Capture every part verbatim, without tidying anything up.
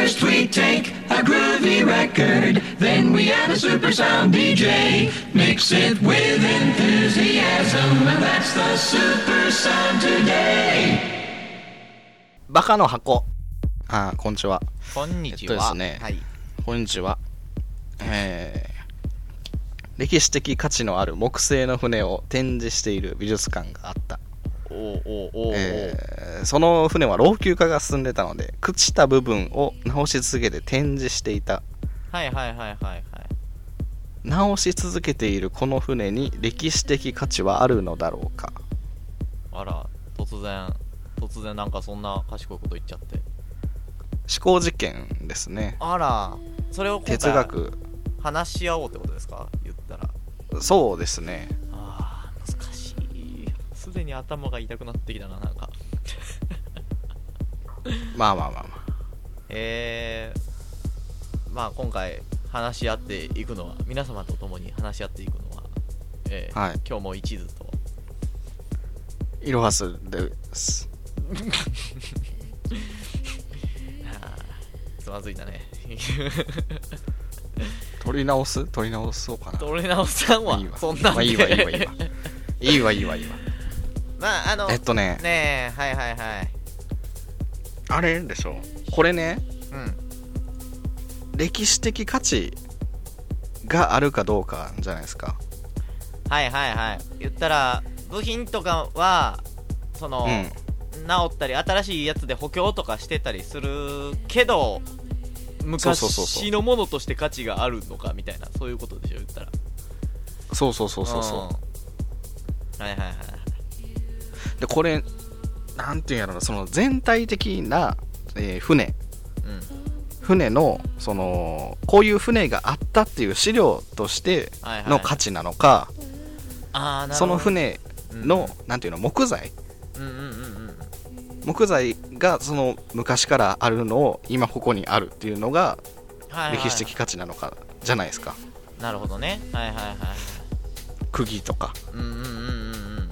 First we take a groovy record, then we add a super sound ディージェー, mix it with enthusiasm, and that's the Super Sound Today. バカの箱。あ、こんにちは。 こんにちは。 えっとですね、 はい、 こんにちは。えー、歴史的価値のある木製の船を展示している美術館があった。 おうおうおうおう、 えー、その船は老朽化が進んでたので、朽ちた部分を直し続けて展示していた。 はいはいはいはいはい。 直し続けているこの船に歴史的価値はあるのだろうか。 あら、突然突然なんかそんな賢いこと言っちゃって。 思考実験ですね。 あら、それを今回哲学話し合おうってことですか、言ったら。 そうですね。 あー、難しい。すでに頭が痛くなってきたな、なんかまあまあまあまあ。 えー、まあ今回話し合っていくのは、皆様と共に話し合っていくのは、えーはい、 今日も一途とイロハスですつまずいたね取り直す取り直そうかな。 取り直さんわ、 いいわそんなんで、 まあ、いいわいいわいいわいいわいいわいいわまああのえっとねねえ、はいはいはい、 あれでしょ、これね、 うん、 歴史的価値があるかどうかじゃないですか。 はいはいはい。言ったら部品とかはその、うん、直ったり新しいやつで補強とかしてたりするけど、昔のものとして価値があるのかみたいな、そういうことでしょ、言ったら。 そうそうそうそうそう、うん、 はいはいはい。 でこれなんていうんやろな、その全体的な、えー、船、うん、船のそのこういう船があったっていう資料としての価値なのか、はいはい、あー、その船の、うん、なんていうの、木材、うんうんうんうん、木材がその昔からあるのを今ここにあるっていうのが歴史的価値なのかじゃないですか。 なるほどね。はいはいはい。 釘とか、 うんうんうんうんうん、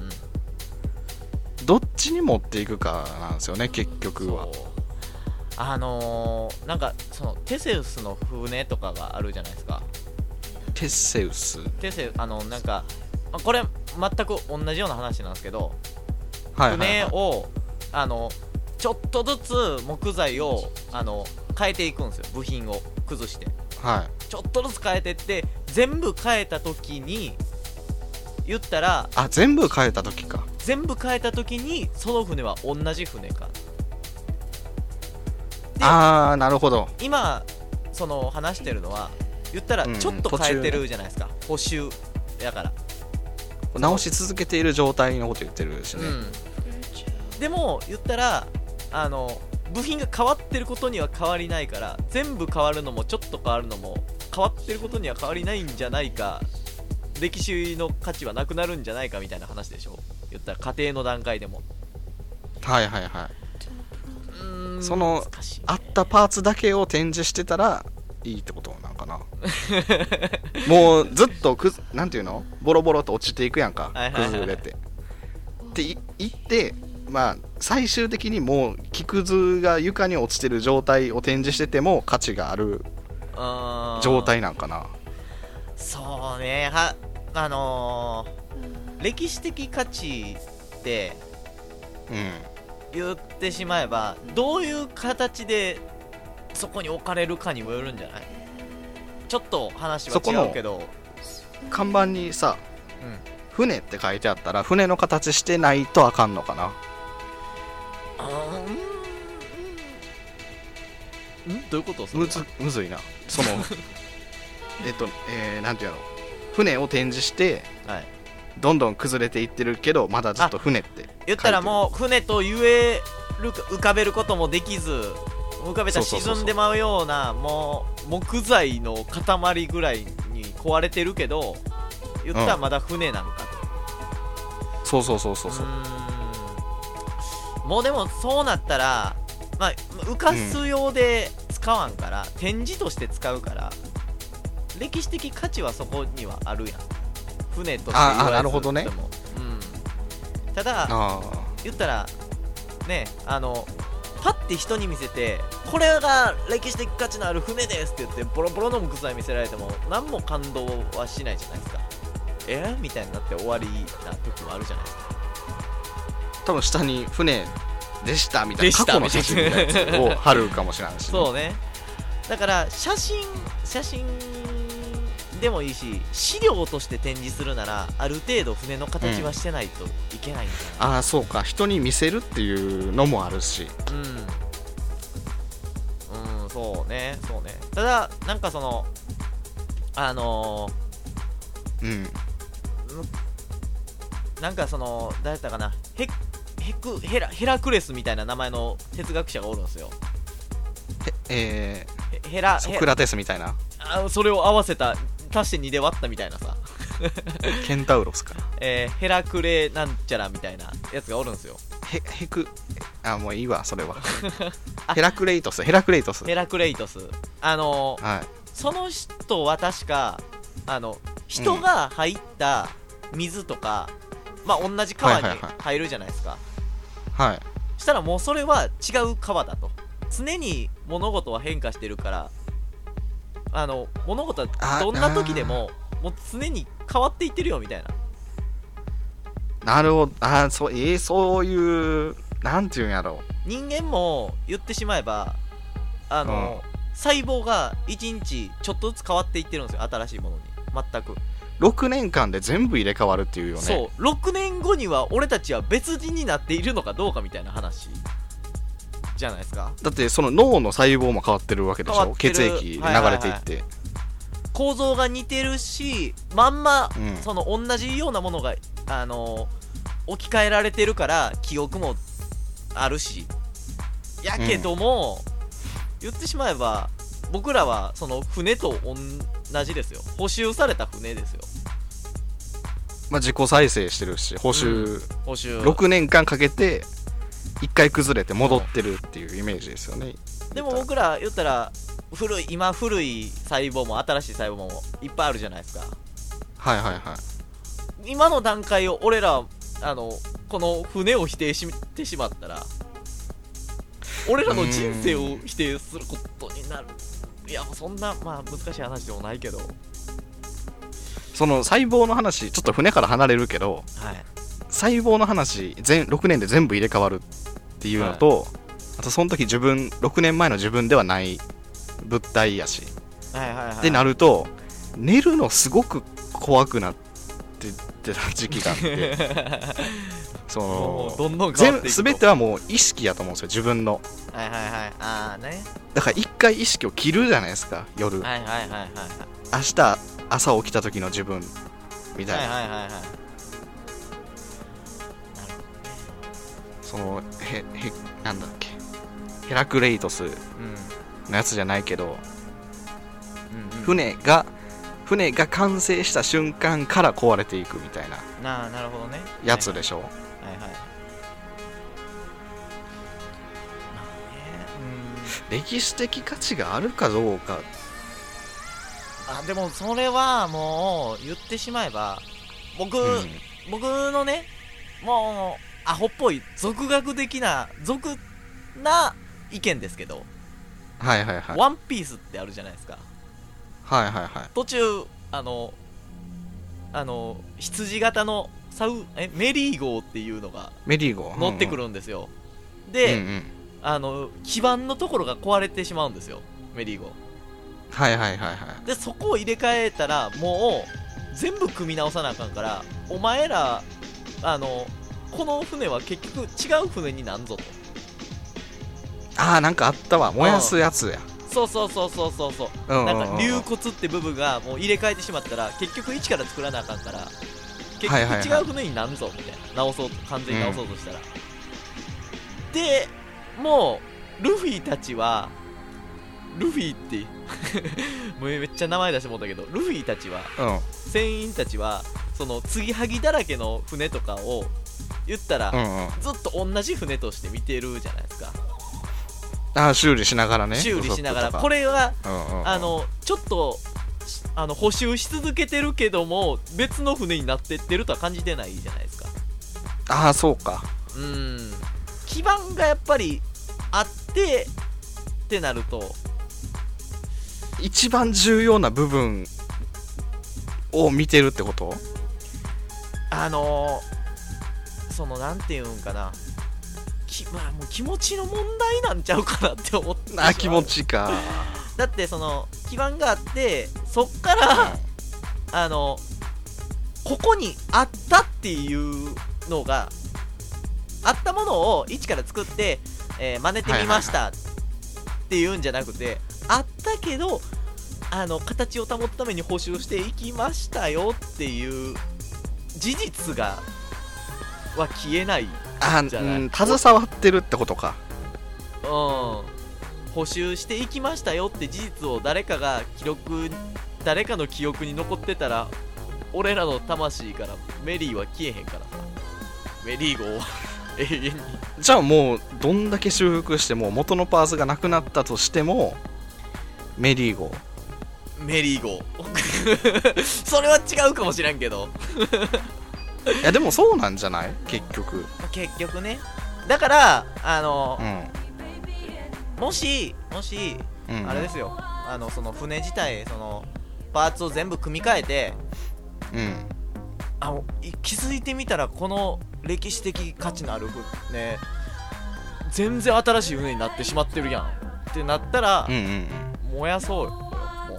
どっちに持っていくかなんですよね、結局は。 あのー、なんかそのテセウスの船とかがあるじゃないですか。 テセウステセウあのなんかこれ全く同じような話なんですけど、 はいはいはい、 船をあのちょっとずつ木材をあの変えていくんですよ、部品を崩して、 はい、 ちょっとずつ変えていって、全部変えた時に言ったら、 あ、全部変えた時か、 全部変えた時にその船は同じ船か。 あー、なるほど。 今その話してるのは言ったらちょっと変えてるじゃないですか、うん、補修だから直し続けている状態のこと言ってるしね、うん、 でも言ったらあの部品が変わってることには変わりないから、全部変わるのもちょっと変わるのも変わってることには変わりないんじゃないか、歴史の価値はなくなるんじゃないかみたいな話でしょ、言ったら家庭の段階でも。 はいはいはい。うーん、そのあったパーツだけを展示してたらいいってことなんかなもうずっとくなんていうの、ボロボロと落ちていくやんか、はいはいはい、崩れてってい言って、まあ最終的にもう木くずが床に落ちてる状態を展示してても価値がある状態なんかな。 そうね、はあのー、歴史的価値って、うん、言ってしまえばどういう形でそこに置かれるかにもよるんじゃない？ちょっと話は違うけど、 看板にさ、うん、船って書いてあったら船の形してないとあかんのかな。 あー、んんどういうこと？ むず、むずいな。そのえっと、えー、なんていうの、船を展示して、はい、どんどん崩れていってるけどまだずっと船って言ったらもう船と言える浮かべることもできず、浮かべたら沈んでまうような、もう木材の塊ぐらいに壊れてるけど言ったらまだ船なんかと、 うん、そうそうそうそうそう、うーん、もうでもそうなったら、まあ、浮かす用で使わんから、うん、展示として使うから歴史的価値はそこにはあるやん、船として言われずとも。 ああ、なるほどね、 うん、ただ言ったらね、あのパッて人に見せてこれが歴史的価値のある船ですって言ってボロボロの木材見せられても何も感動はしないじゃないですか。えみたいになって終わりな時もあるじゃないですか。 多分下に船でしたみたいな過去の写真みたいなやつを貼るかもしれないし、ね、 そうね。だから写真写真でもいいし資料として展示するならある程度船の形はしてないといけないんじゃない、 うん、ああそうか、人に見せるっていうのもあるし、 うんうんそうねそうね。ただなんかそのあのー、うんなんかその誰だったかなヘヘクヘラヘラクレスみたいな名前の哲学者がおるんですよ。 へえー、 ヘラソクラテスみたいな、 あそれを合わせた足してにで割ったみたいなさケンタウロスかな、 えー、ヘラクレなんちゃらみたいなやつがおるんですよ。 ヘヘクあもういいわそれはヘラクレイトスヘラクレイトスヘラクレイトスあのーはい、 その人は確かあの人が入った水とか、うん、まあ同じ川に入るじゃないですか。 はい。 したらもうそれは違う川だと。常に物事は変化してるからあの物事はどんな時でももう常に変わっていってるよみたいな。 なるほど。あそうえー、そういうなんていうんやろう。 人間も言ってしまえばあの、うん、細胞がいちにちちょっとずつ変わっていってるんですよ。新しいものに全くろくねんかんで全部入れ替わるっていうよね。 そうろくねんごには俺たちは別人になっているのかどうかみたいな話じゃないですか。 だってその脳の細胞も変わってるわけでしょ。血液流れていって、はいはいはい、 構造が似てるしまんま、 うん、 その同じようなものが、あのー、置き換えられてるから記憶もあるしやけども、うん、言ってしまえば僕らはその船と同じですよ。補修された船ですよ。 まあ自己再生してるし補修、うん、 補修ろくねんかんかけて一回崩れて戻ってるっていうイメージですよね。 でも僕ら言ったら古い今古い細胞も新しい細胞もいっぱいあるじゃないですか。 はいはいはい。 今の段階を俺らあのこの船を否定してしまったら俺らの人生を否定することになる。いやそんなまあ難しい話でもないけど、 その細胞の話ちょっと船から離れるけど、 はい、 細胞の話全ろくねんで全部入れ替わるっていうのと、はい、あとその時自分ろくねんまえの自分ではない物体やし、 はいはいはい、 ってなると寝るのすごく怖くなってってた時期があってそのどんどん変わっていくと全てはもう意識やと思うんですよ自分の。 はいはいはいあーね。 だから一回意識を切るじゃないですか夜。 はいはいはいはいはい。 明日朝起きた時の自分みたいな。 はいはいはいはい。 そのへへなんだっけヘラクレイトスのやつじゃないけど、うんうんうん、船が船が完成した瞬間から壊れていくみたいな。 なあなるほどね。 やつでしょ。 はいはい。はいはい歴史的価値があるかどうか。 あでもそれはもう言ってしまえば僕、うん、僕のねもうアホっぽい俗学的な俗な意見ですけど、 はいはいはい。 ワンピースってあるじゃないですか。 はいはいはい。 途中あのあの羊型のサウえメリー号っていうのがメリー号乗ってくるんですよ、うんうん、で、うんうん、あの基板のところが壊れてしまうんですよメリー号。 はいはいはいはい。 でそこを入れ替えたらもう全部組み直さなあかんから、お前らあのこの船は結局違う船になんぞと。 ああなんかあったわ、燃やすやつや、 うん、そうそうそうそうそうそう、うんうんうん、なんか竜骨って部分がもう入れ替えてしまったら結局一から作らなあかんから結局違う船になんぞみたいな、直そうと完全に直そうとしたら、うん、でもうルフィたちはルフィってもうめっちゃ名前出してもったけど、ルフィたちは、うん、船員たちはその継ぎはぎだらけの船とかを言ったら、うんうん、ずっと同じ船として見てるじゃないですか。 あ修理しながらね。 修理しながらこれは、うんうんうん、あのちょっとあの補修し続けてるけども別の船になってってるとは感じてないじゃないですか。 ああそうか。 うん基盤がやっぱりあってってなると一番重要な部分を見てるってこと？ あのー、そのなんていうんかな、き、まあ、もう気持ちの問題なんちゃうかなって思ってしまう。 あ、気持ちか。 だってその基盤があってそっからあのここにあったっていうのがあったものを一から作って、えー、真似てみましたっていうんじゃなくて、あったけどあの形を保つために補修していきましたよっていう事実がは消えないあ、 じゃない、 うん、携わってるってことか。 うん、補修していきましたよって事実を誰かが記録誰かの記憶に残ってたら俺らの魂からメリーは消えへんからさ、メリーゴを永遠に。 じゃあもうどんだけ修復しても元のパーツがなくなったとしてもメリーゴメリーゴそれは違うかもしれんけどいやでもそうなんじゃない結局。 結局ね。だからあの、 うん、 もしもし、うん、あれですよ、あのその船自体そのパーツを全部組み替えて、 うん、 あの気づいてみたらこの歴史的価値のある船全然新しい船になってしまってるやんってなったら、うんうんうん、燃やそうよも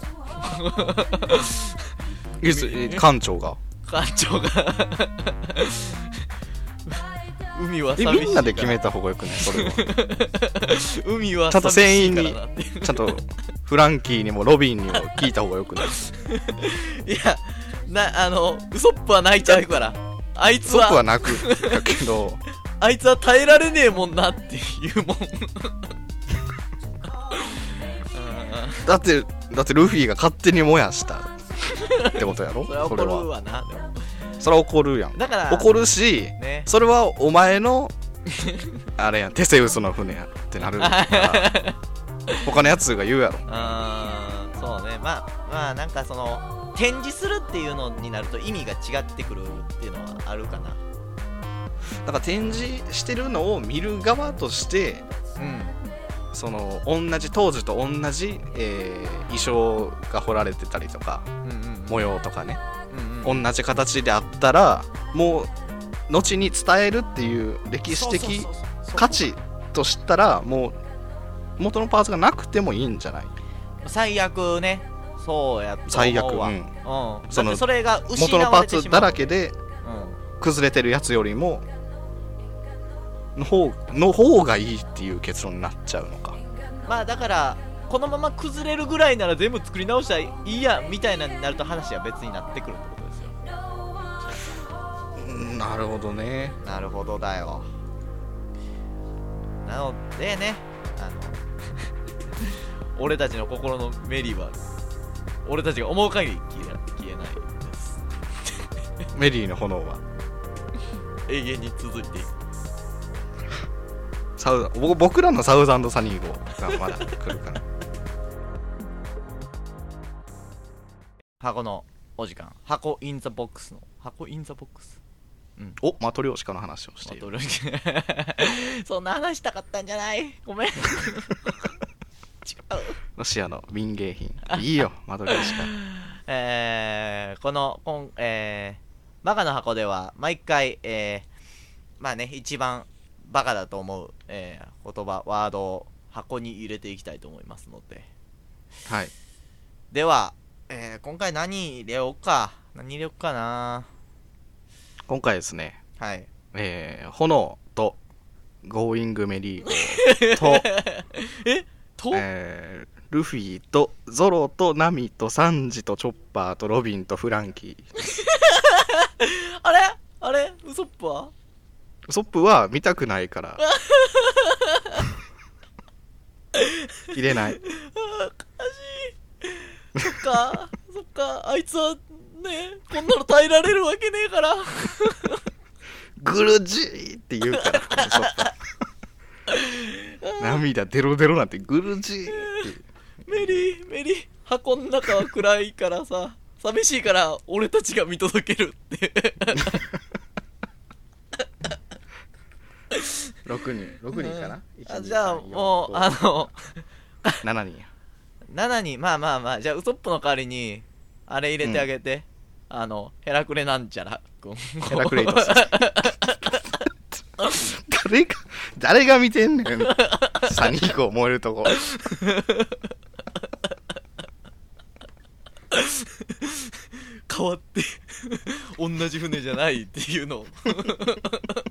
ういつ艦長が艦長が海は寂しいからみんなで決めた方がよくないそれは海はちゃんと船員にちゃんとフランキーにもロビンにも聞いた方がよくないいやな、あのウソップは泣いちゃうからあいつはウソップは泣くだけどあいつは耐えられねえもんなっていうもんだってだってルフィが勝手に燃やしたってことやろそれは怒るわな。でもそれは怒るやん。 だから怒るし、 ね、 それはお前のあれやんテセウスの船やってなるから他のやつが言うやろ。 あーそうね、まあまあなんかその展示するっていうのになると意味が違ってくるっていうのはあるかな。 だから展示してるのを見る側として、うん、その同じ当時と同じ、えー、衣装が彫られてたりとか、うんうんうん、模様とかね、うんうん、同じ形であったらもう後に伝えるっていう歴史的価値としたらもう元のパーツがなくてもいいんじゃない？ 最悪ね、そうやと思うわ。 最悪、うん、 うん、そのそれが失元のパーわれてしまうツだらけで崩れてるやつよりもの方の方がいいっていう結論になっちゃうのか。 まあだからこのまま崩れるぐらいなら全部作り直したらいいやみたいなになると話は別になってくるってことですよ。 なるほどね。 なるほどだよ。なのでね、あの俺たちの心のメリーは俺たちが思う限り消え、消えないですメリーの炎は永遠に続いていく。 サウ僕らのサウザンドサニー号がまだ来るかな箱のお時間、箱インザボックスの箱インザボックス、うん、 おマトリョーシカの話をしている。 マトリョーシカそんな話したかったんじゃない、ごめん違うロシアの民芸品いいよマトリョーシカえー、このこん、えー、バカの箱では毎回、えー、まあね一番バカだと思う、えー、言葉ワードを箱に入れていきたいと思いますので、 はい、 では、えー、今回何入れようか何入れようかな。 今回ですね、 はい、 えー、炎とゴーイングメリーゴーとえと、 えー、ルフィとゾロとナミとサンジとチョッパーとロビンとフランキーあれあれウソップはウソップは見たくないから入れない。 悲しい。そっかそっか、あいつはねこんなの耐えられるわけねえからグルジーって言うからウソップ涙デロデロなんてグルジーってメリーメリー箱の中は暗いからさ寂しいから俺たちが見届けるってろくにんろくにんかな、 うん、あじゃあもうあのしちにんやしちにんまあまあまあじゃあウソップの代わりにあれ入れてあげて、うん、あのヘラクレなんちゃらヘラクレイトス誰が誰が見てんねんサニー号燃えるとこ変わって同じ船じゃないっていうのを